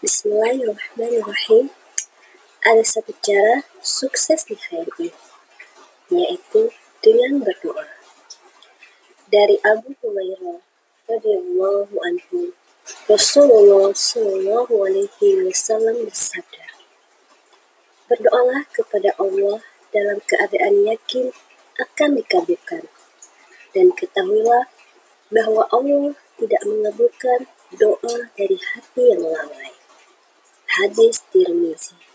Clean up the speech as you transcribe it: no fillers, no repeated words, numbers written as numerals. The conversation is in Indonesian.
Bismillahirrahmanirrahim. Ada satu cara sukses di HRI, yaitu dengan berdoa. Dari Abu Hurairah radhiyallahu anhu, Rasulullah Shallallahu alaihi wasallam bersabda, "Berdoalah kepada Allah dalam keadaan yakin akan dikabulkan, dan ketahuilah bahwa Allah tidak mengabulkan doa dari hati yang lalai." Hadis Tirmizi.